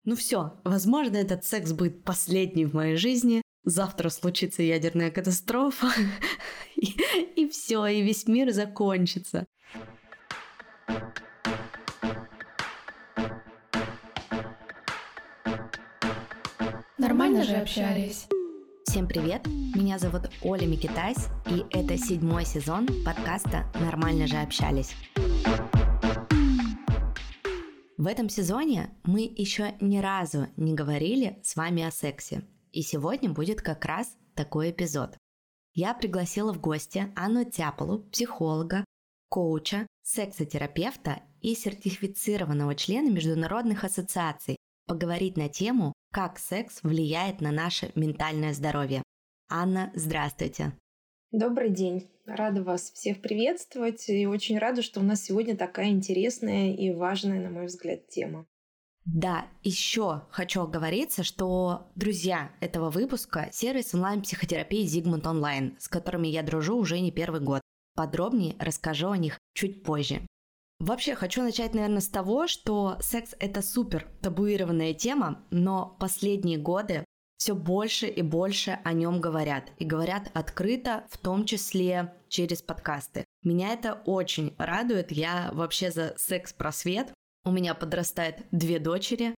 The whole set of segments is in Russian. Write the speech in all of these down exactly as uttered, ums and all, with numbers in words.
Ну все, возможно, этот секс будет последний в моей жизни. Завтра случится ядерная катастрофа, и, и все, и весь мир закончится. Нормально же общались. Всем привет, меня зовут Оля Микитась, и это седьмой сезон подкаста «Нормально же общались». В этом сезоне мы еще ни разу не говорили с вами о сексе, и сегодня будет как раз такой эпизод. Я пригласила в гости Анну Тяпалу, психолога, коуча, сексотерапевта и сертифицированного члена международных ассоциаций, поговорить на тему, как секс влияет на наше ментальное здоровье. Анна, здравствуйте. Добрый день. Рада вас всех приветствовать и очень рада, что у нас сегодня такая интересная и важная, на мой взгляд, тема. Да, еще хочу оговориться, что друзья этого выпуска – сервис онлайн-психотерапии Zigmund Online, с которыми я дружу уже не первый год. Подробнее расскажу о них чуть позже. Вообще, хочу начать, наверное, с того, что секс – это супер табуированная тема, но последние годы все больше и больше о нем говорят. И говорят открыто, в том числе через подкасты. Меня это очень радует. Я вообще за секс-просвет. У меня подрастает две дочери,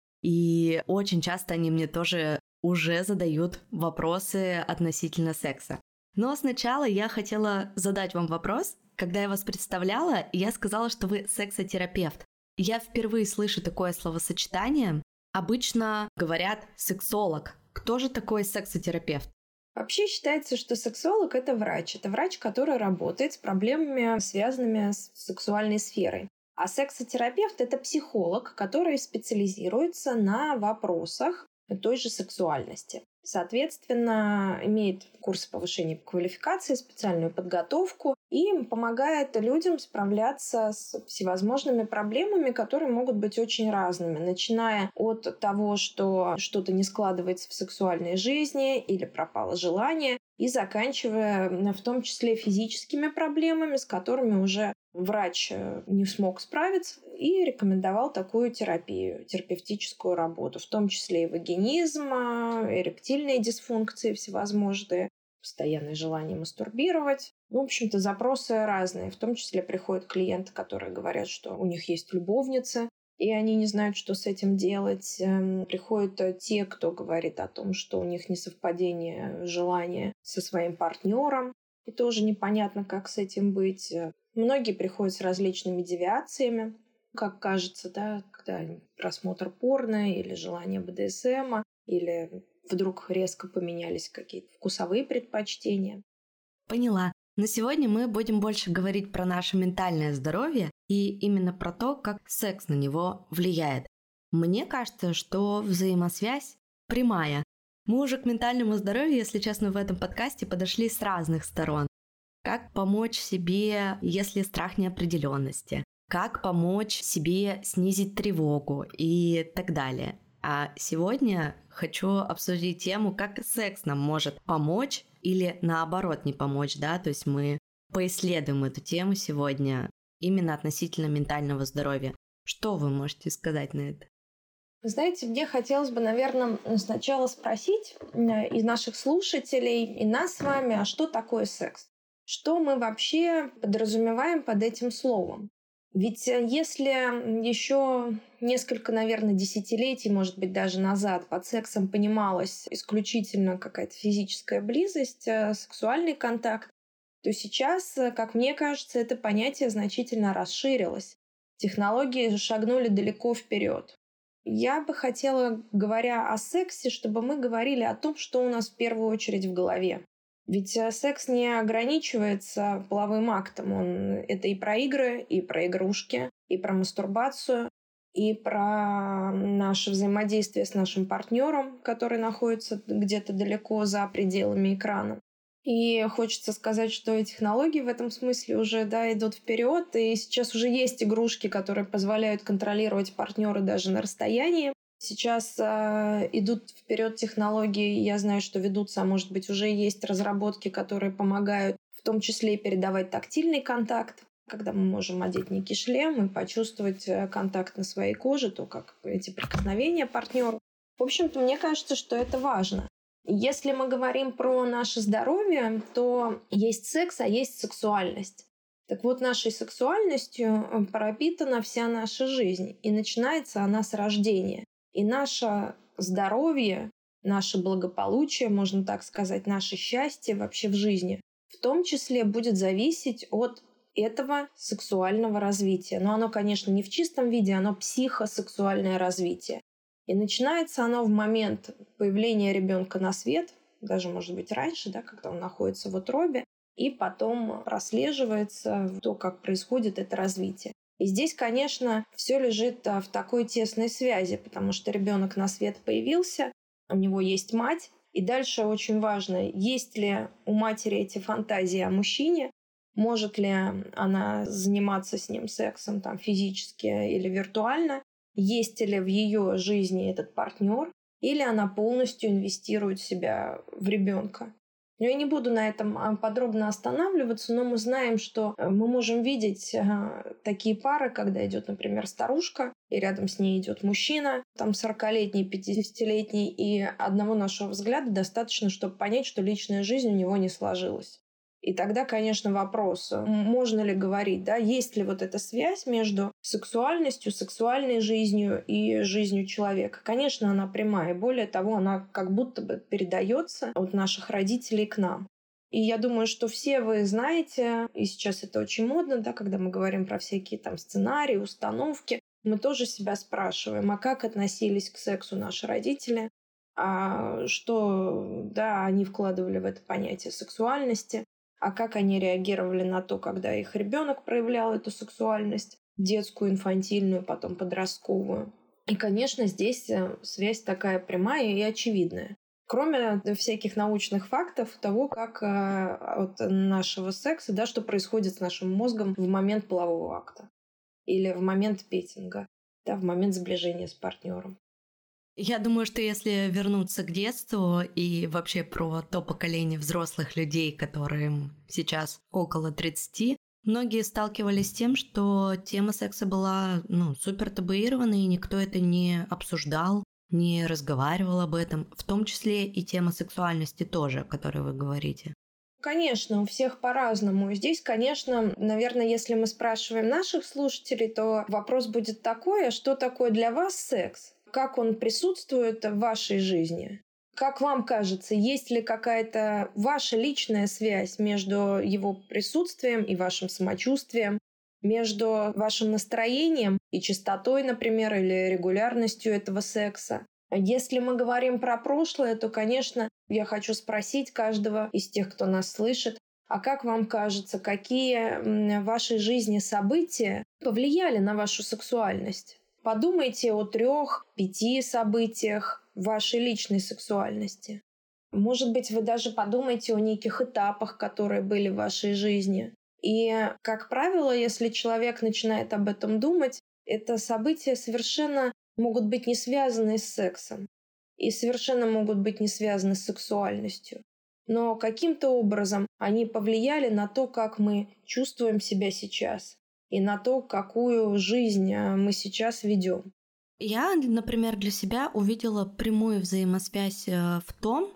и очень часто они мне тоже уже задают вопросы относительно секса. Но сначала я хотела задать вам вопрос. Когда я вас представляла, я сказала, что вы сексотерапевт. Я впервые слышу такое словосочетание. Обычно говорят «сексолог». Кто же такой сексотерапевт? Вообще считается, что сексолог – это врач. Это врач, который работает с проблемами, связанными с сексуальной сферой. А сексотерапевт – это психолог, который специализируется на вопросах той же сексуальности. Соответственно, имеет курсы повышения квалификации, специальную подготовку и помогает людям справляться с всевозможными проблемами, которые могут быть очень разными, начиная от того, что что-то не складывается в сексуальной жизни или пропало желание, и заканчивая в том числе физическими проблемами, с которыми уже врач не смог справиться и рекомендовал такую терапию, терапевтическую работу, в том числе и вагинизм, эректильные дисфункции всевозможные, постоянное желание мастурбировать. В общем-то, запросы разные. В том числе приходят клиенты, которые говорят, что у них есть любовница, и они не знают, что с этим делать. Приходят те, кто говорит о том, что у них несовпадение желания со своим партнером, и тоже непонятно, как с этим быть. Многие приходят с различными девиациями, как кажется, да, когда просмотр порно или желание бэ дэ эс эм, или вдруг резко поменялись какие-то вкусовые предпочтения. Поняла. Но сегодня мы будем больше говорить про наше ментальное здоровье и именно про то, как секс на него влияет. Мне кажется, что взаимосвязь прямая. Мы уже к ментальному здоровью, если честно, в этом подкасте подошли с разных сторон. Как помочь себе, если страх неопределенности? Как помочь себе снизить тревогу и так далее. А сегодня хочу обсудить тему, как секс нам может помочь или наоборот не помочь, да, то есть мы поисследуем эту тему сегодня именно относительно ментального здоровья. Что вы можете сказать на это? Вы знаете, мне хотелось бы, наверное, сначала спросить из наших слушателей и нас с вами, а что такое секс? Что мы вообще подразумеваем под этим словом? Ведь если еще несколько, наверное, десятилетий, может быть, даже назад под сексом понималась исключительно какая-то физическая близость, сексуальный контакт, то сейчас, как мне кажется, это понятие значительно расширилось. Технологии шагнули далеко вперед. Я бы хотела, говоря о сексе, чтобы мы говорили о том, что у нас в первую очередь в голове. Ведь секс не ограничивается половым актом. Он, это и про игры, и про игрушки, и про мастурбацию, и про наше взаимодействие с нашим партнером, который находится где-то далеко за пределами экрана. И хочется сказать, что технологии в этом смысле уже да, идут вперед, и сейчас уже есть игрушки, которые позволяют контролировать партнера даже на расстоянии. Сейчас э, идут вперед технологии, я знаю, что ведутся, а может быть уже есть разработки, которые помогают в том числе и передавать тактильный контакт, когда мы можем одеть некий шлем и почувствовать контакт на своей коже, то, как эти прикосновения партнеру. В общем-то, мне кажется, что это важно. Если мы говорим про наше здоровье, то есть секс, а есть сексуальность. Так вот, нашей сексуальностью пропитана вся наша жизнь, и начинается она с рождения. И наше здоровье, наше благополучие, можно так сказать, наше счастье вообще в жизни, в том числе будет зависеть от этого сексуального развития. Но оно, конечно, не в чистом виде, оно психосексуальное развитие. И начинается оно в момент появления ребенка на свет, даже, может быть, раньше, да, когда он находится в утробе, и потом прослеживается то, как происходит это развитие. И здесь, конечно, все лежит в такой тесной связи, потому что ребенок на свет появился, у него есть мать, и дальше очень важно, есть ли у матери эти фантазии о мужчине, может ли она заниматься с ним сексом там, физически или виртуально, есть ли в ее жизни этот партнер, или она полностью инвестирует себя в ребенка. Но я не буду на этом подробно останавливаться, но мы знаем, что мы можем видеть такие пары, когда идет, например, старушка, и рядом с ней идет мужчина, там сорокалетний, пятидесятилетний, и одного нашего взгляда достаточно, чтобы понять, что личная жизнь у него не сложилась. И тогда, конечно, вопрос, можно ли говорить, да, есть ли вот эта связь между сексуальностью, сексуальной жизнью и жизнью человека. Конечно, она прямая. Более того, она как будто бы передается от наших родителей к нам. И я думаю, что все вы знаете, и сейчас это очень модно, да, когда мы говорим про всякие там сценарии, установки, мы тоже себя спрашиваем, а как относились к сексу наши родители, а что, да, они вкладывали в это понятие сексуальности, а как они реагировали на то, когда их ребенок проявлял эту сексуальность, детскую, инфантильную, потом подростковую. И, конечно, здесь связь такая прямая и очевидная. Кроме всяких научных фактов того, как от нашего секса, да, что происходит с нашим мозгом в момент полового акта или в момент петинга, да, в момент сближения с партнером. Я думаю, что если вернуться к детству и вообще про то поколение взрослых людей, которым сейчас около тридцати, многие сталкивались с тем, что тема секса была ну, супер табуирована, и никто это не обсуждал, не разговаривал об этом, в том числе и тема сексуальности тоже, о которой вы говорите. Конечно, у всех по-разному. Здесь, конечно, наверное, если мы спрашиваем наших слушателей, то вопрос будет такой, а что такое для вас секс? Как он присутствует в вашей жизни? Как вам кажется, есть ли какая-то ваша личная связь между его присутствием и вашим самочувствием, между вашим настроением и частотой, например, или регулярностью этого секса? Если мы говорим про прошлое, то, конечно, я хочу спросить каждого из тех, кто нас слышит, а как вам кажется, какие в вашей жизни события повлияли на вашу сексуальность? Подумайте о трех-пяти событиях вашей личной сексуальности. Может быть, вы даже подумайте о неких этапах, которые были в вашей жизни. И, как правило, если человек начинает об этом думать, это события совершенно могут быть не связаны с сексом и совершенно могут быть не связаны с сексуальностью. Но каким-то образом они повлияли на то, как мы чувствуем себя сейчас и на то, какую жизнь мы сейчас ведем. Я, например, для себя увидела прямую взаимосвязь в том,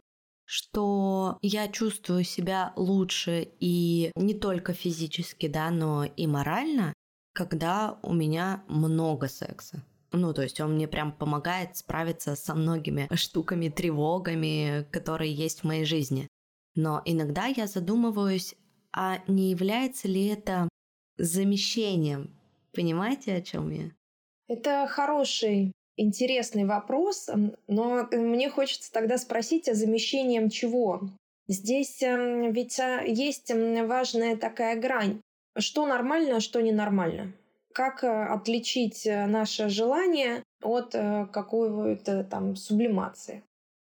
что я чувствую себя лучше и не только физически, да, но и морально, когда у меня много секса. Ну, то есть он мне прям помогает справиться со многими штуками, тревогами, которые есть в моей жизни. Но иногда я задумываюсь, а не является ли это замещением? Понимаете, о чем я? Это хороший, интересный вопрос, но мне хочется тогда спросить, а замещением чего? Здесь ведь есть важная такая грань. Что нормально, а что ненормально? Как отличить наше желание от какой-то там сублимации?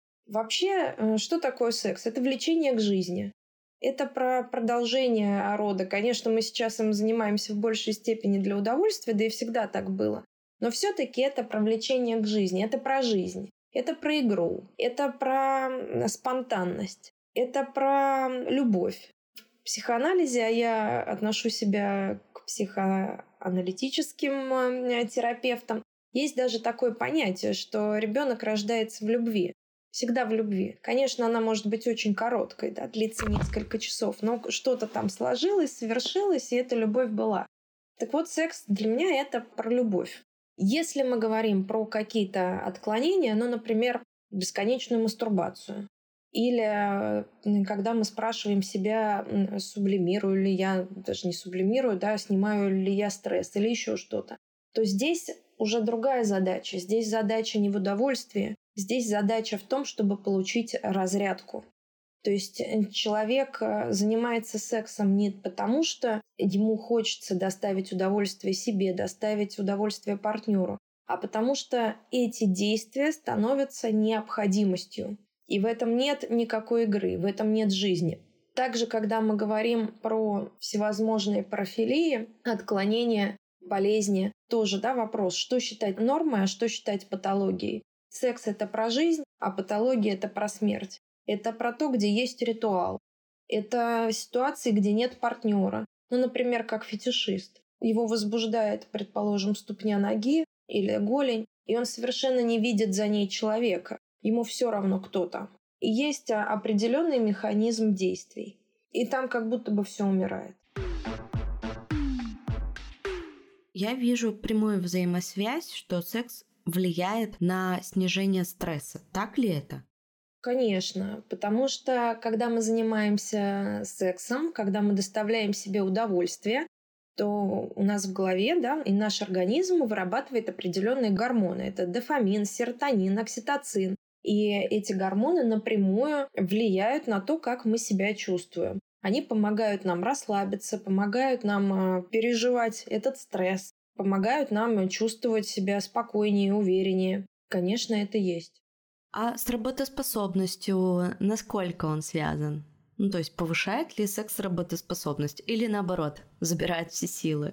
Вообще, что такое секс? Это влечение к жизни. Это про продолжение рода. Конечно, мы сейчас им занимаемся в большей степени для удовольствия, да и всегда так было. Но все-таки это про влечение к жизни, это про жизнь, это про игру, это про спонтанность, это про любовь. психоанализе, а я отношу себя к психоаналитическим э, терапевтам, есть даже такое понятие, что ребенок рождается в любви. Всегда в любви. Конечно, она может быть очень короткой, да, длится несколько часов, но что-то там сложилось, совершилось, и эта любовь была. Так вот, секс для меня это про любовь. Если мы говорим про какие-то отклонения, ну, например, бесконечную мастурбацию, или когда мы спрашиваем себя, сублимирую ли я, даже не сублимирую, да, снимаю ли я стресс или еще что-то, то здесь уже другая задача. Здесь задача не в удовольствии, здесь задача в том, чтобы получить разрядку. То есть человек занимается сексом не потому, что ему хочется доставить удовольствие себе, доставить удовольствие партнеру, а потому что эти действия становятся необходимостью. И в этом нет никакой игры, в этом нет жизни. Также, когда мы говорим про всевозможные парафилии, отклонения, болезни, тоже, да, вопрос, что считать нормой, а что считать патологией. Секс — это про жизнь, а патология — это про смерть. Это про то, где есть ритуал. Это ситуации, где нет партнера. Ну, например, как фетишист. Его возбуждает, предположим, ступня ноги или голень, и он совершенно не видит за ней человека. Ему все равно кто там. И есть определенный механизм действий. И там как будто бы все умирает. Я вижу прямую взаимосвязь, что секс влияет на снижение стресса. Так ли это? Конечно, потому что когда мы занимаемся сексом, когда мы доставляем себе удовольствие, то у нас в голове, да, и наш организм вырабатывает определенные гормоны. Это дофамин, серотонин, окситоцин. И эти гормоны напрямую влияют на то, как мы себя чувствуем. Они помогают нам расслабиться, помогают нам переживать этот стресс, помогают нам чувствовать себя спокойнее, увереннее. Конечно, это есть. А с работоспособностью насколько он связан? Ну, то есть повышает ли секс работоспособность или наоборот, забирает все силы?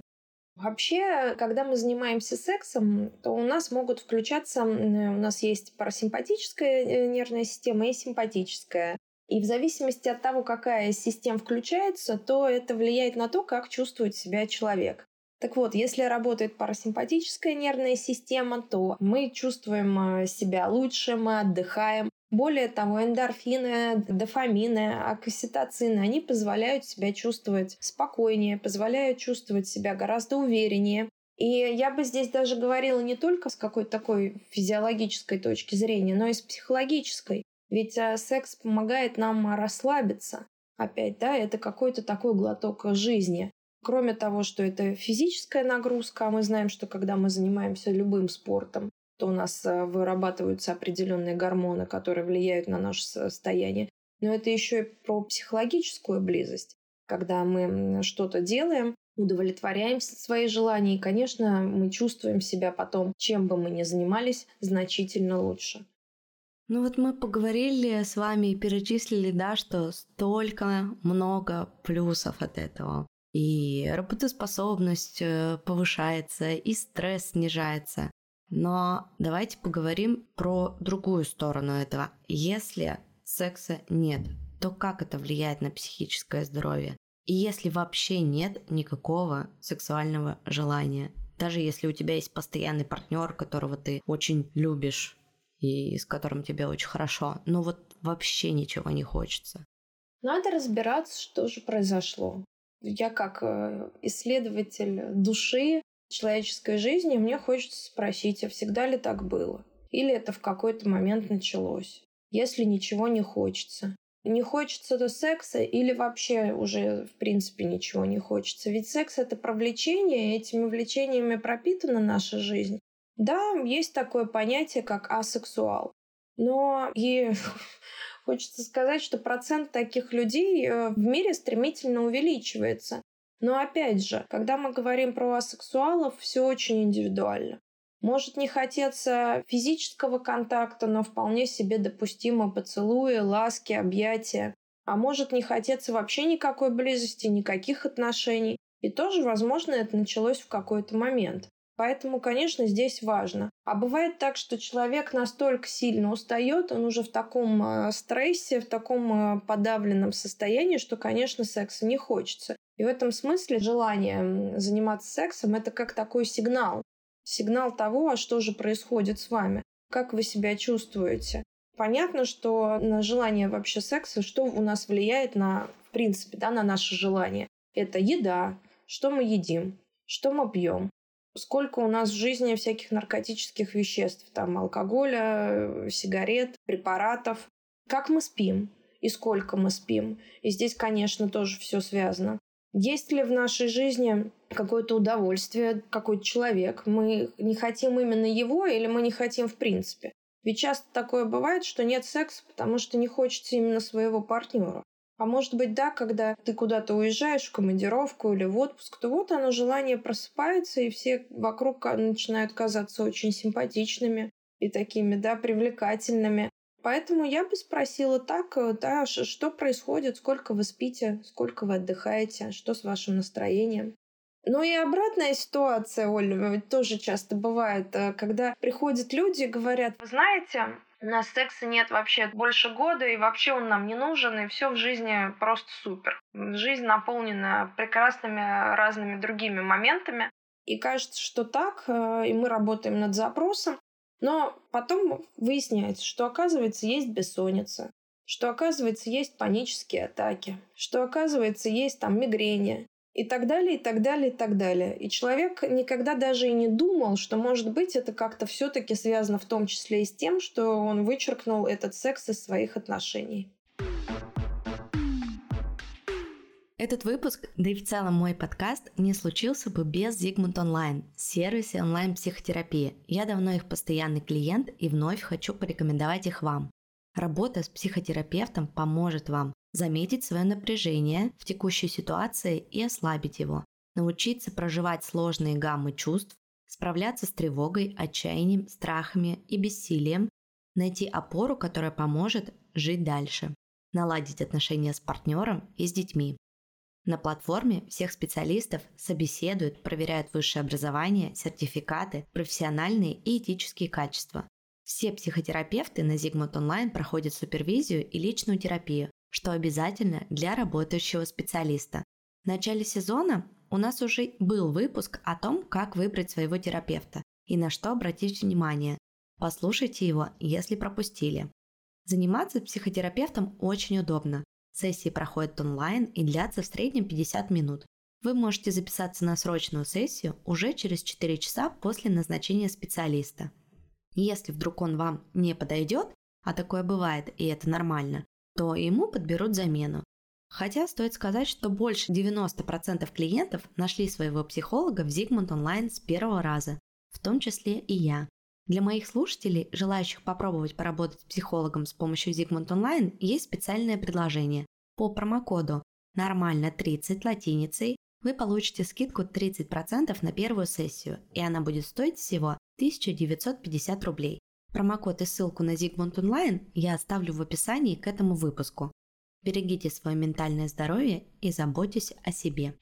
Вообще, когда мы занимаемся сексом, то у нас могут включаться, у нас есть парасимпатическая нервная система и симпатическая. И в зависимости от того, какая из систем включается, то это влияет на то, как чувствует себя человек. Так вот, если работает парасимпатическая нервная система, то мы чувствуем себя лучше, мы отдыхаем. Более того, эндорфины, дофамины, окситоцины, они позволяют себя чувствовать спокойнее, позволяют чувствовать себя гораздо увереннее. И я бы здесь даже говорила не только с какой-то такой физиологической точки зрения, но и с психологической. Ведь секс помогает нам расслабиться. Опять, да, это какой-то такой глоток жизни. Кроме того, что это физическая нагрузка, а мы знаем, что когда мы занимаемся любым спортом, то у нас вырабатываются определенные гормоны, которые влияют на наше состояние. Но это еще и про психологическую близость. Когда мы что-то делаем, удовлетворяем свои желания, и, конечно, мы чувствуем себя потом, чем бы мы ни занимались, значительно лучше. Ну вот мы поговорили с вами и перечислили, да, что столько много плюсов от этого. И работоспособность повышается, и стресс снижается. Но давайте поговорим про другую сторону этого. Если секса нет, то как это влияет на психическое здоровье? И если вообще нет никакого сексуального желания, даже если у тебя есть постоянный партнер, которого ты очень любишь и с которым тебе очень хорошо, но вот вообще ничего не хочется. Надо разбираться, что же произошло. Я как исследователь души, человеческой жизни, мне хочется спросить, а всегда ли так было? Или это в какой-то момент началось? Если ничего не хочется. Не хочется до секса или вообще уже в принципе ничего не хочется? Ведь секс — это про влечение, и этими влечениями пропитана наша жизнь. Да, есть такое понятие, как асексуал. Но и хочется сказать, что процент таких людей в мире стремительно увеличивается. Но опять же, когда мы говорим про асексуалов, все очень индивидуально. Может не хотеться физического контакта, но вполне себе допустимо поцелуи, ласки, объятия. А может не хотеться вообще никакой близости, никаких отношений. И тоже, возможно, это началось в какой-то момент. Поэтому, конечно, здесь важно. А бывает так, что человек настолько сильно устает, он уже в таком э, стрессе, в таком э, подавленном состоянии, что, конечно, секса не хочется. И в этом смысле желание заниматься сексом — это как такой сигнал. Сигнал того, а что же происходит с вами, как вы себя чувствуете. Понятно, что на желание вообще секса, что у нас влияет на, в принципе, да, на наше желание. Это еда, что мы едим, что мы пьем. Сколько у нас в жизни всяких наркотических веществ, там алкоголя, сигарет, препаратов. Как мы спим и сколько мы спим. И здесь, конечно, тоже все связано. Есть ли в нашей жизни какое-то удовольствие, какой-то человек? Мы не хотим именно его или мы не хотим в принципе? Ведь часто такое бывает, что нет секса, потому что не хочется именно своего партнера. А может быть, да, когда ты куда-то уезжаешь в командировку или в отпуск, то вот оно, желание просыпается, и все вокруг начинают казаться очень симпатичными и такими, да, привлекательными. Поэтому я бы спросила так, да, что происходит, сколько вы спите, сколько вы отдыхаете, что с вашим настроением. Ну и обратная ситуация, Оля, тоже часто бывает, когда приходят люди и говорят: вы знаете, у нас секса нет вообще больше года, и вообще он нам не нужен, и все в жизни просто супер. Жизнь наполнена прекрасными разными другими моментами. И кажется, что так, и мы работаем над запросом, но потом выясняется, что, оказывается, есть бессонница, что, оказывается, есть панические атаки, что, оказывается, есть там мигрени. И так далее, и так далее, и так далее. И человек никогда даже и не думал, что, может быть, это как-то все-таки связано в том числе и с тем, что он вычеркнул этот секс из своих отношений. Этот выпуск, да и в целом мой подкаст, не случился бы без Zigmund Online, сервиса онлайн-психотерапии. Я давно их постоянный клиент и вновь хочу порекомендовать их вам. Работа с психотерапевтом поможет вам заметить свое напряжение в текущей ситуации и ослабить его, научиться проживать сложные гаммы чувств, справляться с тревогой, отчаянием, страхами и бессилием, найти опору, которая поможет жить дальше, наладить отношения с партнером и с детьми. На платформе всех специалистов собеседуют, проверяют высшее образование, сертификаты, профессиональные и этические качества. Все психотерапевты на Zigmund Online проходят супервизию и личную терапию, что обязательно для работающего специалиста. В начале сезона у нас уже был выпуск о том, как выбрать своего терапевта и на что обратить внимание. Послушайте его, если пропустили. Заниматься психотерапевтом очень удобно. Сессии проходят онлайн и длятся в среднем пятьдесят минут. Вы можете записаться на срочную сессию уже через четыре часа после назначения специалиста. Если вдруг он вам не подойдет, а такое бывает и это нормально, то ему подберут замену. Хотя стоит сказать, что больше девяносто процентов клиентов нашли своего психолога в Zigmund Online с первого раза, в том числе и я. Для моих слушателей, желающих попробовать поработать с психологом с помощью Zigmund Online, есть специальное предложение. По промокоду нормально тридцать латиницей вы получите скидку тридцать процентов на первую сессию, и она будет стоить всего тысяча девятьсот пятьдесят рублей. Промокод и ссылку на Zigmund Online я оставлю в описании к этому выпуску. Берегите свое ментальное здоровье и заботьтесь о себе.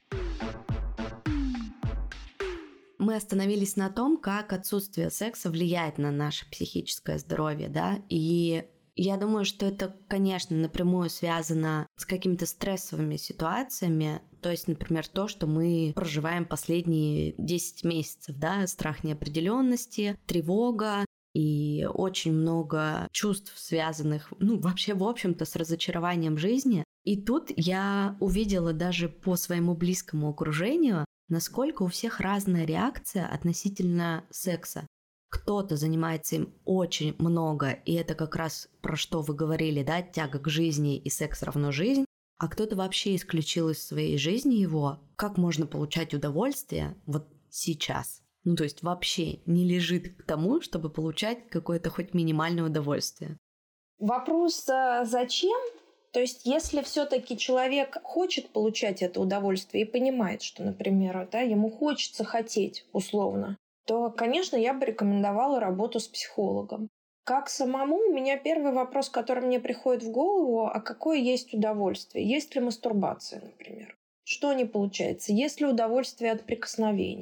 Мы остановились на том, как отсутствие секса влияет на наше психическое здоровье, да, и я думаю, что это, конечно, напрямую связано с какими-то стрессовыми ситуациями, то есть, например, то, что мы проживаем последние десять месяцев, да, страх неопределенности, тревога и очень много чувств, связанных, ну, вообще, в общем-то, с разочарованием жизни. И тут я увидела даже по своему близкому окружению, насколько у всех разная реакция относительно секса. Кто-то занимается им очень много, и это как раз про что вы говорили, да, тяга к жизни и секс равно жизнь, а кто-то вообще исключил из своей жизни его. Как можно получать удовольствие вот сейчас? Ну, то есть вообще не лежит к тому, чтобы получать какое-то хоть минимальное удовольствие. Вопрос зачем? То есть, если все-таки человек хочет получать это удовольствие и понимает, что, например, да, ему хочется хотеть условно, то, конечно, я бы рекомендовала работу с психологом. Как самому, у меня первый вопрос, который мне приходит в голову, а какое есть удовольствие? Есть ли мастурбация, например? Что не получается? Есть ли удовольствие от прикосновений?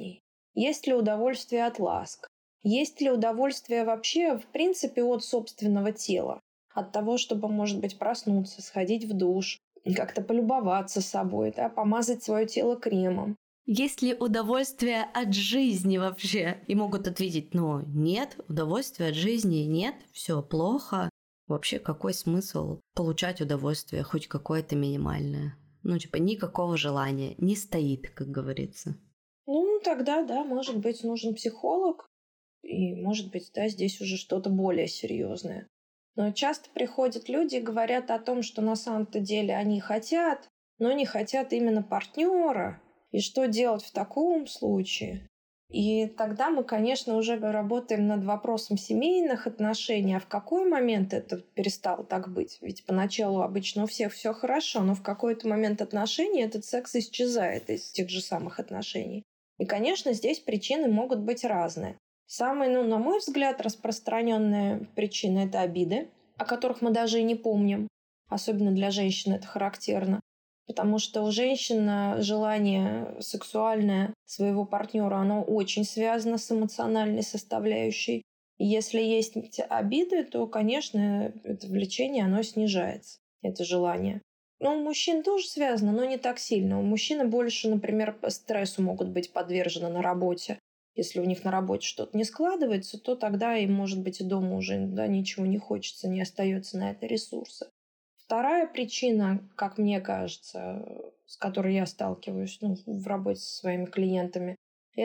Есть ли удовольствие от ласк? Есть ли удовольствие вообще, в принципе, от собственного тела? От того, чтобы, может быть, проснуться, сходить в душ, как-то полюбоваться собой, да, помазать свое тело кремом. Есть ли удовольствие от жизни вообще? И могут ответить, ну, нет, удовольствия от жизни нет, все плохо. Вообще, какой смысл получать удовольствие, хоть какое-то минимальное? Ну, типа, никакого желания, не стоит, как говорится. Ну, тогда, да, может быть, нужен психолог, и, может быть, да, здесь уже что-то более серьезное. Но часто приходят люди и говорят о том, что на самом-то деле они хотят, но не хотят именно партнера. И что делать в таком случае? И тогда мы, конечно, уже работаем над вопросом семейных отношений. А в какой момент это перестало так быть? Ведь поначалу обычно у всех все хорошо, но в какой-то момент отношений этот секс исчезает из тех же самых отношений. И, конечно, здесь причины могут быть разные. Самая, ну, на мой взгляд, распространенная причина – это обиды, о которых мы даже и не помним. Особенно для женщин это характерно. Потому что у женщин желание сексуальное своего партнера, оно очень связано с эмоциональной составляющей. И если есть обиды, то, конечно, это влечение, оно снижается, это желание. Но у мужчин тоже связано, но не так сильно. У мужчин больше, например, стрессу могут быть подвержены на работе. Если у них на работе что-то не складывается, то тогда им, может быть, и дома уже, да, ничего не хочется, не остается на это ресурса. Вторая причина, как мне кажется, с которой я сталкиваюсь, ну, в работе со своими клиентами,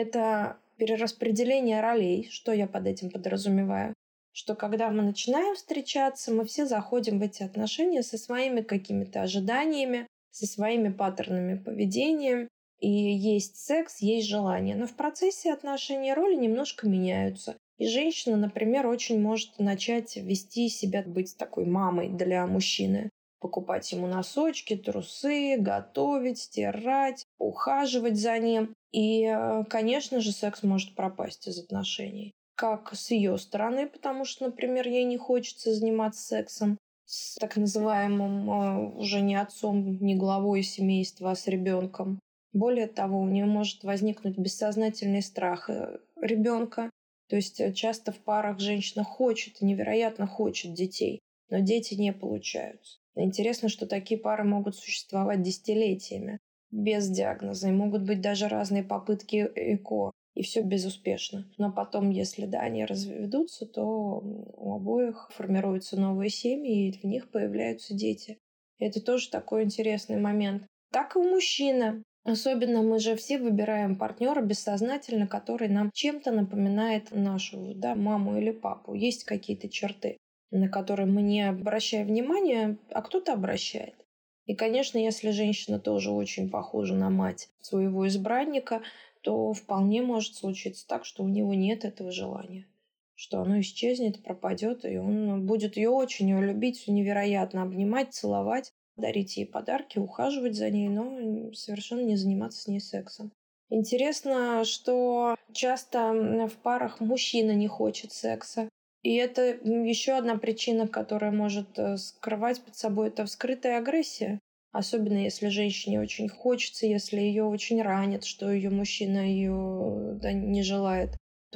это перераспределение ролей. Что я под этим подразумеваю? Что когда мы начинаем встречаться, мы все заходим в эти отношения со своими какими-то ожиданиями, со своими паттернами поведения. И есть секс, есть желание. Но в процессе отношений роли немножко меняются. И женщина, например, очень может начать вести себя, быть такой мамой для мужчины. Покупать ему носочки, трусы, готовить, стирать, ухаживать за ним. И, конечно же, секс может пропасть из отношений. Как с ее стороны, потому что, например, ей не хочется заниматься сексом с так называемым уже не отцом, не главой семейства, а с ребенком. Более того, у нее может возникнуть бессознательный страх ребенка. То есть часто в парах женщина хочет, невероятно хочет детей, но дети не получаются. Интересно, что такие пары могут существовать десятилетиями без диагноза. И могут быть даже разные попытки ЭКО. И все безуспешно. Но потом, если да, они разведутся, то у обоих формируются новые семьи, и в них появляются дети. И это тоже такой интересный момент. Так и у мужчины. Особенно мы же все выбираем партнера бессознательно, который нам чем-то напоминает нашу, да, маму или папу. Есть какие-то черты, на которые мы не обращаем внимания, а кто-то обращает. И, конечно, если женщина тоже очень похожа на мать своего избранника, то вполне может случиться так, что у него нет этого желания, что оно исчезнет, пропадет, и он будет ее очень ее любить, невероятно обнимать, целовать, дарить ей подарки, ухаживать за ней, но совершенно не заниматься с ней сексом. Интересно, что часто в парах мужчина не хочет секса. И это еще одна причина, которая может скрывать под собой, это вскрытая агрессия. Особенно если женщине очень хочется, если ее очень ранит, что ее мужчина ее, да, не желает,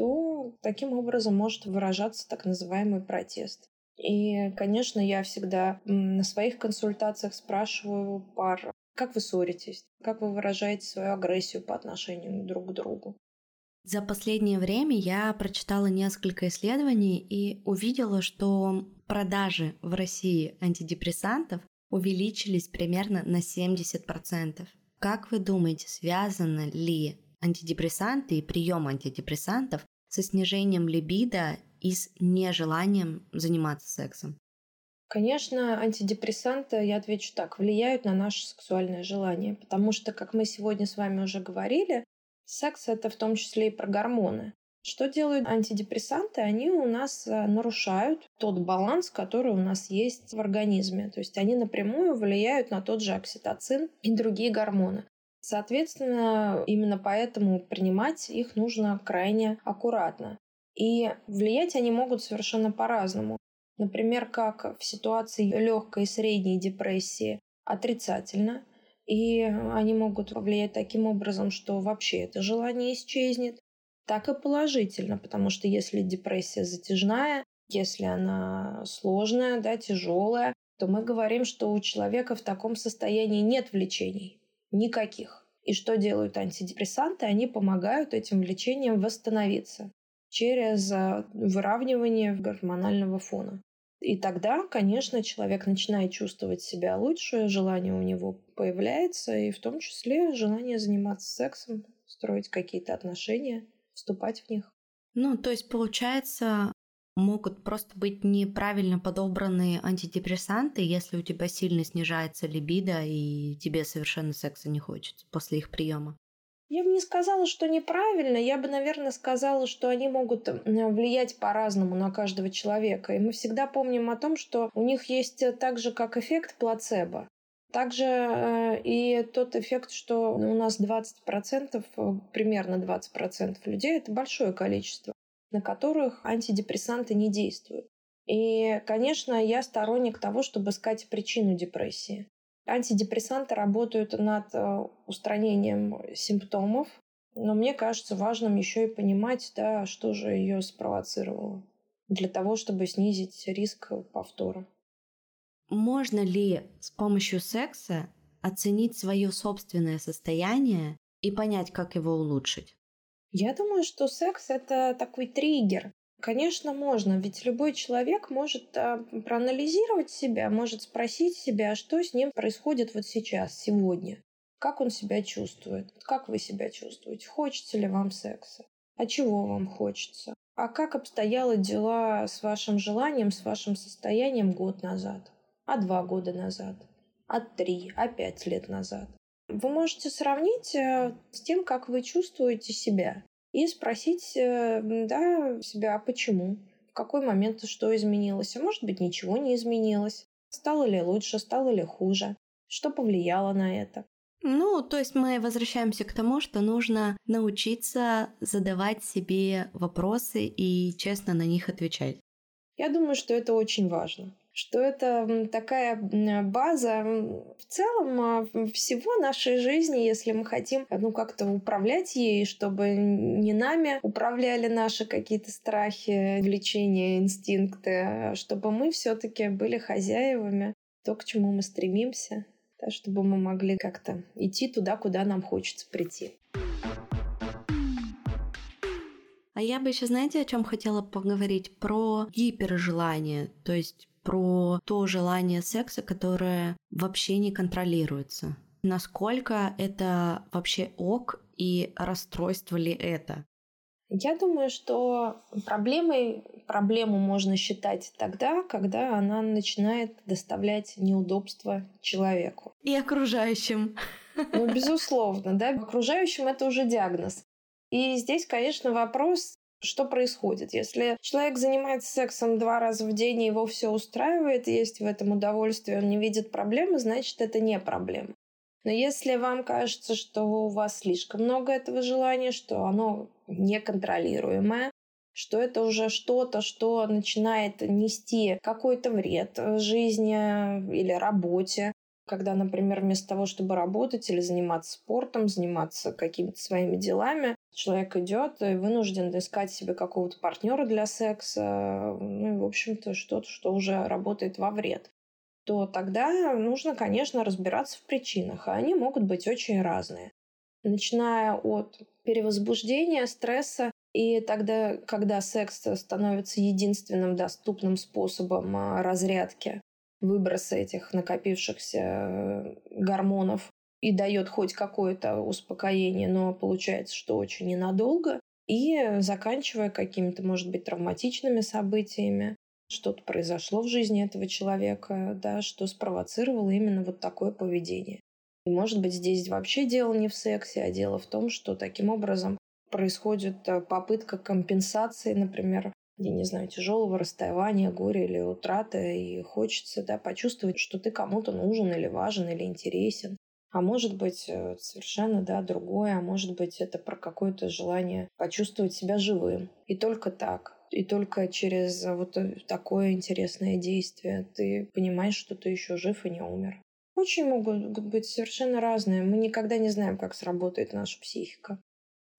то таким образом может выражаться так называемый протест. И, конечно, я всегда на своих консультациях спрашиваю пар, как вы ссоритесь, как вы выражаете свою агрессию по отношению друг к другу. За последнее время я прочитала несколько исследований и увидела, что продажи в России антидепрессантов увеличились примерно на семьдесят процентов. Как вы думаете, связаны ли антидепрессанты и прием антидепрессантов со снижением либидо и с нежеланием заниматься сексом? Конечно, антидепрессанты, я отвечу так, влияют на наше сексуальное желание, потому что, как мы сегодня с вами уже говорили, секс — это в том числе и про гормоны. Что делают антидепрессанты? Они у нас нарушают тот баланс, который у нас есть в организме. То есть они напрямую влияют на тот же окситоцин и другие гормоны. Соответственно, именно поэтому принимать их нужно крайне аккуратно. И влиять они могут совершенно по-разному. Например, как в ситуации легкой и средней депрессии отрицательно. И они могут повлиять таким образом, что вообще это желание исчезнет. так и положительно, потому что если депрессия затяжная, если она сложная, да, тяжелая, то мы говорим, что у человека в таком состоянии нет влечений никаких. И что делают антидепрессанты? Они помогают этим влечениям восстановиться через а, выравнивание гормонального фона. И тогда, конечно, человек начинает чувствовать себя лучше, желание у него появляется, и в том числе желание заниматься сексом, строить какие-то отношения, вступать в них. Ну, то есть, получается, могут просто быть неправильно подобранные антидепрессанты, если у тебя сильно снижается либидо и тебе совершенно секса не хочется после их приема. Я бы не сказала, что неправильно, я бы, наверное, сказала, что они могут влиять по-разному на каждого человека. И мы всегда помним о том, что у них есть так же, как эффект плацебо. Также э, и тот эффект, что у нас двадцать процентов, примерно двадцать процентов людей, это большое количество, на которых антидепрессанты не действуют. И, конечно, я сторонник того, чтобы искать причину депрессии. Антидепрессанты работают над устранением симптомов, но мне кажется важным еще и понимать, да, что же ее спровоцировало, для того, чтобы снизить риск повтора. Можно ли с помощью секса оценить свое собственное состояние и понять, как его улучшить? Я думаю, что секс — это такой триггер. Конечно, можно, ведь любой человек может а, проанализировать себя, может спросить себя, что с ним происходит вот сейчас, сегодня. Как он себя чувствует? Как вы себя чувствуете? Хочется ли вам секса? А чего вам хочется? А как обстояли дела с вашим желанием, с вашим состоянием год назад? А два года назад? А три? А пять лет назад? Вы можете сравнить а, с тем, как вы чувствуете себя. И спросить да, себя, а почему? В какой момент что изменилось? А может быть, ничего не изменилось? Стало ли лучше, стало ли хуже? Что повлияло на это? Ну, то есть мы возвращаемся к тому, что нужно научиться задавать себе вопросы и честно на них отвечать. Я думаю, что это очень важно. Что это такая база в целом всего нашей жизни, если мы хотим ну, как-то управлять ей, чтобы не нами управляли наши какие-то страхи, влечения, инстинкты, а чтобы мы все-таки были хозяевами, то, к чему мы стремимся, да, чтобы мы могли как-то идти туда, куда нам хочется прийти. А я бы еще, знаете, о чем хотела поговорить? Про гипержелание, то есть про то желание секса, которое вообще не контролируется. Насколько это вообще ок и расстройство ли это? Я думаю, что проблемой проблему можно считать тогда, когда она начинает доставлять неудобства человеку. И окружающим. Ну, безусловно, да, окружающим это уже диагноз. И здесь, конечно, вопрос, что происходит. Если человек занимается сексом два раза в день, и его все устраивает, есть в этом удовольствие, он не видит проблемы, значит, это не проблема. Но если вам кажется, что у вас слишком много этого желания, что оно неконтролируемое, что это уже что-то, что начинает нести какой-то вред жизни или работе, когда, например, вместо того, чтобы работать или заниматься спортом, заниматься какими-то своими делами, человек идет и вынужден искать себе какого-то партнера для секса, ну и, в общем-то, что-то, что уже работает во вред, то тогда нужно, конечно, разбираться в причинах, а они могут быть очень разные. Начиная от перевозбуждения, стресса, и тогда, когда секс становится единственным доступным способом разрядки, выброса этих накопившихся гормонов и дает хоть какое-то успокоение, но получается, что очень ненадолго, и заканчивая какими-то, может быть, травматичными событиями, что-то произошло в жизни этого человека, да, что спровоцировало именно вот такое поведение. И, может быть, здесь вообще дело не в сексе, а дело в том, что таким образом происходит попытка компенсации, например, я не знаю, тяжелого расставания, горя или утраты, и хочется, да, почувствовать, что ты кому-то нужен или важен, или интересен. А может быть, совершенно, да, другое, а может быть, это про какое-то желание почувствовать себя живым. И только так, и только через вот такое интересное действие ты понимаешь, что ты еще жив и не умер. Очень могут быть совершенно разные. Мы никогда не знаем, как сработает наша психика.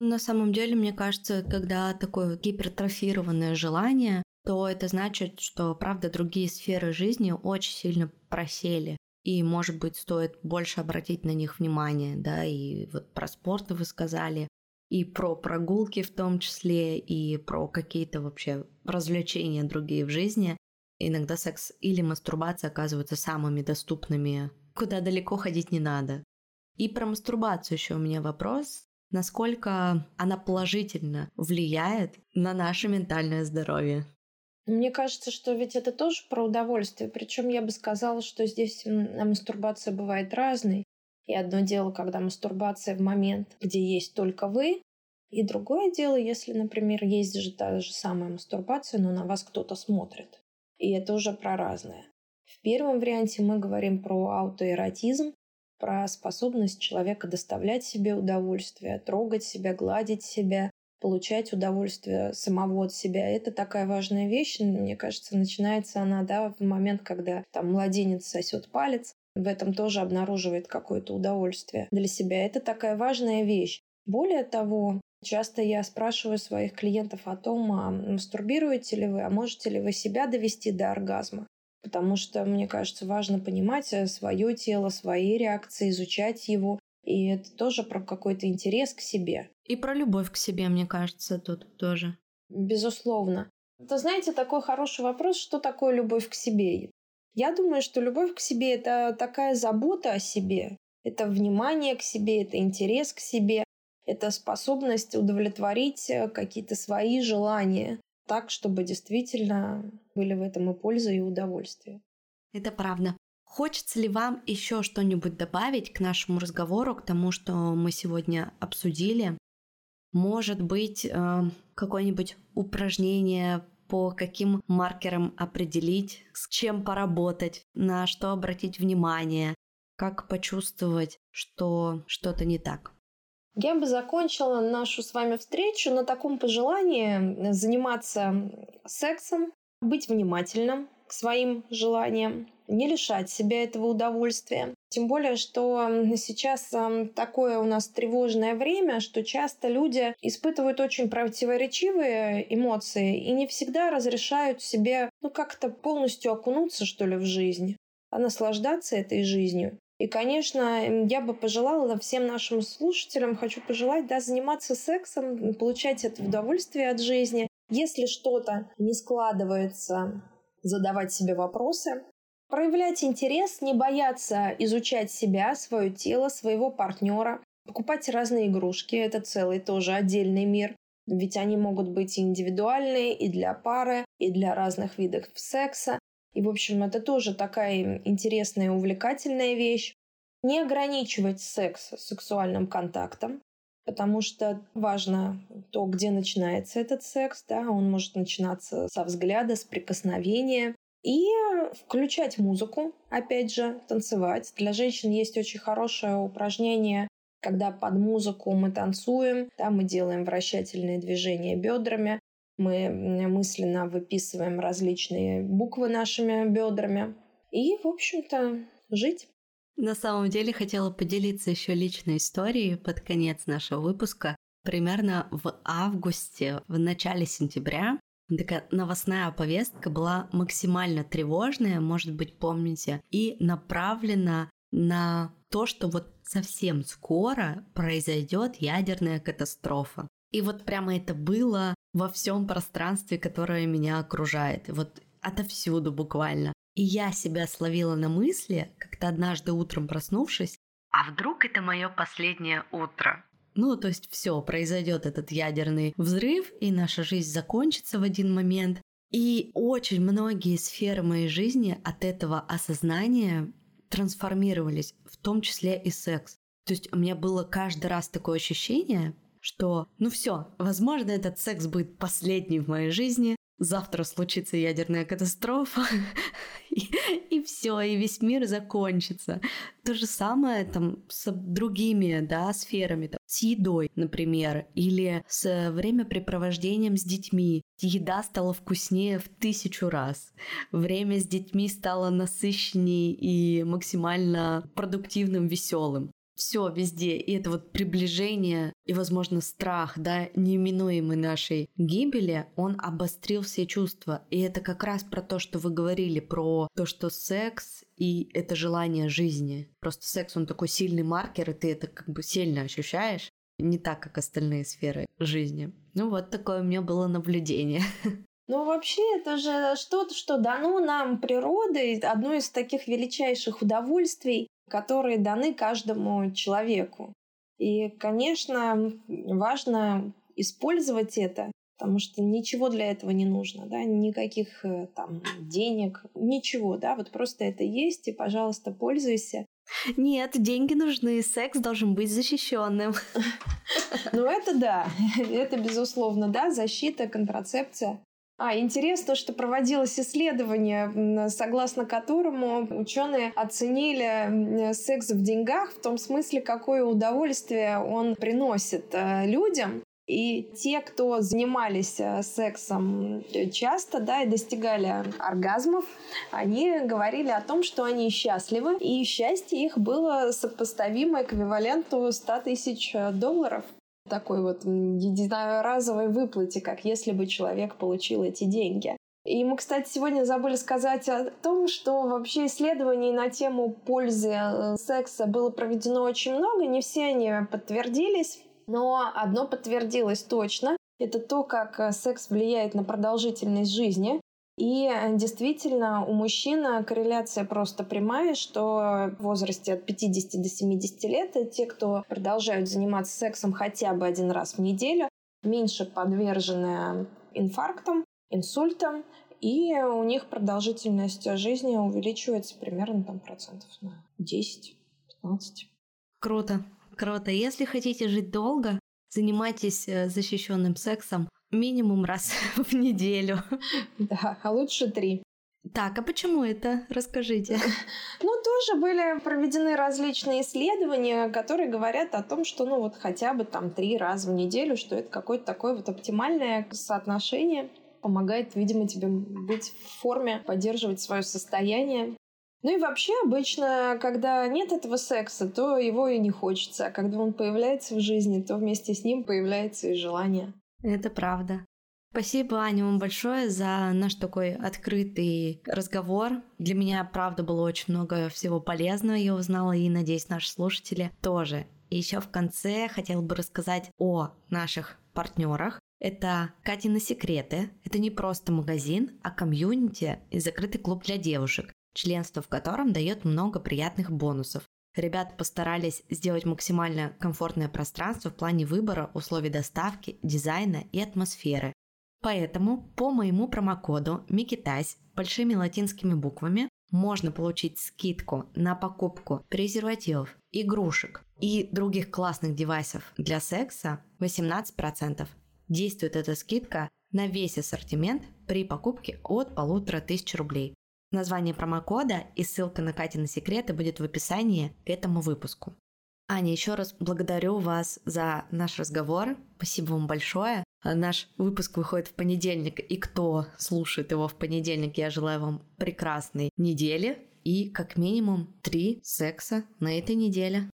На самом деле, мне кажется, когда такое вот гипертрофированное желание, то это значит, что, правда, другие сферы жизни очень сильно просели. И, может быть, стоит больше обратить на них внимание, да, и вот про спорт вы сказали, и про прогулки в том числе, и про какие-то вообще развлечения другие в жизни. Иногда секс или мастурбация оказываются самыми доступными, куда далеко ходить не надо. И про мастурбацию еще у меня вопрос. Насколько она положительно влияет на наше ментальное здоровье? Мне кажется, что ведь это тоже про удовольствие. Причем я бы сказала, что здесь м, мастурбация бывает разной. И одно дело, когда мастурбация в момент, где есть только вы, и другое дело, если, например, есть же та же самая мастурбация, но на вас кто-то смотрит. И это уже про разное. В первом варианте мы говорим про аутоэротизм, про способность человека доставлять себе удовольствие, трогать себя, гладить себя, получать удовольствие самого от себя. Это такая важная вещь. Мне кажется, начинается она да, в момент, когда там младенец сосет палец. В этом тоже обнаруживает какое-то удовольствие для себя. Это такая важная вещь. Более того, часто я спрашиваю своих клиентов о том, а мастурбируете ли вы, а можете ли вы себя довести до оргазма. Потому что, мне кажется, важно понимать свое тело, свои реакции, изучать его. И это тоже про какой-то интерес к себе. И про любовь к себе, мне кажется, тут тоже. Безусловно. Это, знаете, такой хороший вопрос, что такое любовь к себе? Я думаю, что любовь к себе — это такая забота о себе, это внимание к себе, это интерес к себе, это способность удовлетворить какие-то свои желания так, чтобы действительно были в этом и польза, и удовольствие. Это правда. Хочется ли вам еще что-нибудь добавить к нашему разговору, к тому, что мы сегодня обсудили? Может быть, какое-нибудь упражнение, по каким маркерам определить, с чем поработать, на что обратить внимание, как почувствовать, что что-то не так? Я бы закончила нашу с вами встречу на таком пожелании заниматься сексом, быть внимательным к своим желаниям, не лишать себя этого удовольствия. Тем более, что сейчас такое у нас тревожное время, что часто люди испытывают очень противоречивые эмоции и не всегда разрешают себе ну, как-то полностью окунуться, что ли, в жизнь, а наслаждаться этой жизнью. И, конечно, я бы пожелала всем нашим слушателям, хочу пожелать, да, заниматься сексом, получать это удовольствие от жизни. Если что-то не складывается, задавать себе вопросы, проявлять интерес, не бояться изучать себя, свое тело, своего партнера, покупать разные игрушки. Это целый тоже отдельный мир. Ведь они могут быть и индивидуальные, и для пары, и для разных видов секса. И, в общем, это тоже такая интересная и увлекательная вещь. Не ограничивать секс сексуальным контактом, потому что важно то, где начинается этот секс. Да? Он может начинаться со взгляда, с прикосновения. И включать музыку, опять же, танцевать. Для женщин есть очень хорошее упражнение, когда под музыку мы танцуем, да, мы делаем вращательные движения бедрами, мы мысленно выписываем различные буквы нашими бедрами. И, в общем-то, жить. На самом деле хотела поделиться еще личной историей под конец нашего выпуска. Примерно в августе, в начале сентября, такая новостная повестка была максимально тревожная, может быть, помните, и направлена на то, что вот совсем скоро произойдет ядерная катастрофа. И вот прямо это было во всем пространстве, которое меня окружает. Вот отовсюду буквально. И я себя словила на мысли, как-то однажды утром проснувшись, а вдруг это мое последнее утро? Ну, то есть все, произойдет этот ядерный взрыв, и наша жизнь закончится в один момент. И очень многие сферы моей жизни от этого осознания трансформировались, в том числе и секс. То есть у меня было каждый раз такое ощущение, что ну все, возможно, этот секс будет последний в моей жизни, завтра случится ядерная катастрофа, и, и все, и весь мир закончится. То же самое там с другими, да, сферами, там, с едой, например, или с времяпрепровождением с детьми. Еда стала вкуснее в тысячу раз. Время с детьми стало насыщеннее и максимально продуктивным, веселым. все везде. И это вот приближение и, возможно, страх, да, неименуемой нашей гибели, он обострил все чувства. И это как раз про то, что вы говорили, про то, что секс и это желание жизни. Просто секс, он такой сильный маркер, и ты это как бы сильно ощущаешь. Не так, как остальные сферы жизни. Ну вот такое у меня было наблюдение. Ну, вообще, это же что-то, что дано нам природой, одно из таких величайших удовольствий, которые даны каждому человеку. И, конечно, важно использовать это, потому что ничего для этого не нужно, да, никаких там денег, ничего, да, вот просто это есть, и, пожалуйста, пользуйся. Нет, деньги нужны, секс должен быть защищенным. Ну, это да, это безусловно, да, защита, контрацепция. А, интересно, что проводилось исследование, согласно которому ученые оценили секс в деньгах в том смысле, какое удовольствие он приносит людям. И те, кто занимались сексом часто, да, и достигали оргазмов, они говорили о том, что они счастливы, и счастье их было сопоставимо эквиваленту ста тысяч долларов. Такой вот единоразовой выплате, как если бы человек получил эти деньги. И мы, кстати, сегодня забыли сказать о том, что вообще исследований на тему пользы секса было проведено очень много, не все они подтвердились, но одно подтвердилось точно. Это то, как секс влияет на продолжительность жизни. И действительно, у мужчин корреляция просто прямая, что в возрасте от пятидесяти до семидесяти лет те, кто продолжают заниматься сексом хотя бы один раз в неделю, меньше подвержены инфарктам, инсультам, и у них продолжительность жизни увеличивается примерно там, процентов на десять-пятнадцать. Круто, круто. Если хотите жить долго, занимайтесь защищенным сексом минимум раз в неделю. Да, а лучше три. Так, а почему это? Расскажите. Ну, тоже были проведены различные исследования, которые говорят о том, что ну вот хотя бы там три раза в неделю, что это какое-то такое вот оптимальное соотношение. Помогает, видимо, тебе быть в форме, поддерживать свое состояние. Ну и вообще, обычно, когда нет этого секса, то его и не хочется. А когда он появляется в жизни, то вместе с ним появляется и желание. Это правда. Спасибо, Аня, вам большое за наш такой открытый разговор. Для меня, правда, было очень много всего полезного, я узнала, и, надеюсь, наши слушатели тоже. И еще в конце хотела бы рассказать о наших партнерах. Это Катины секреты. Это не просто магазин, а комьюнити и закрытый клуб для девушек, членство в котором дает много приятных бонусов. Ребята постарались сделать максимально комфортное пространство в плане выбора условий доставки, дизайна и атмосферы. Поэтому по моему промокоду Микитась большими латинскими буквами можно получить скидку на покупку презервативов, игрушек и других классных девайсов для секса восемнадцать процентов. Действует эта скидка на весь ассортимент при покупке от полутора тысяч рублей. Название промокода и ссылка на Катины секреты будет в описании к этому выпуску. Аня, еще раз благодарю вас за наш разговор. Спасибо вам большое. Наш выпуск выходит в понедельник, и кто слушает его в понедельник, я желаю вам прекрасной недели и как минимум три секса на этой неделе.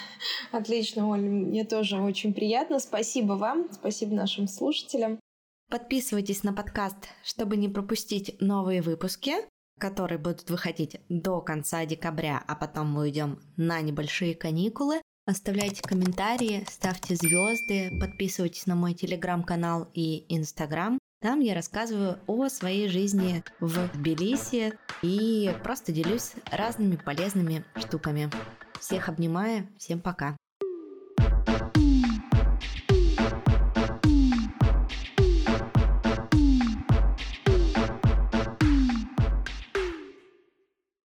Отлично, Оль, мне тоже очень приятно. Спасибо вам, спасибо нашим слушателям. Подписывайтесь на подкаст, чтобы не пропустить новые выпуски, которые будут выходить до конца декабря, а потом мы уйдем на небольшие каникулы. Оставляйте комментарии, ставьте звезды, подписывайтесь на мой телеграм-канал и инстаграм. Там я рассказываю о своей жизни в Тбилиси и просто делюсь разными полезными штуками. Всех обнимаю, всем пока!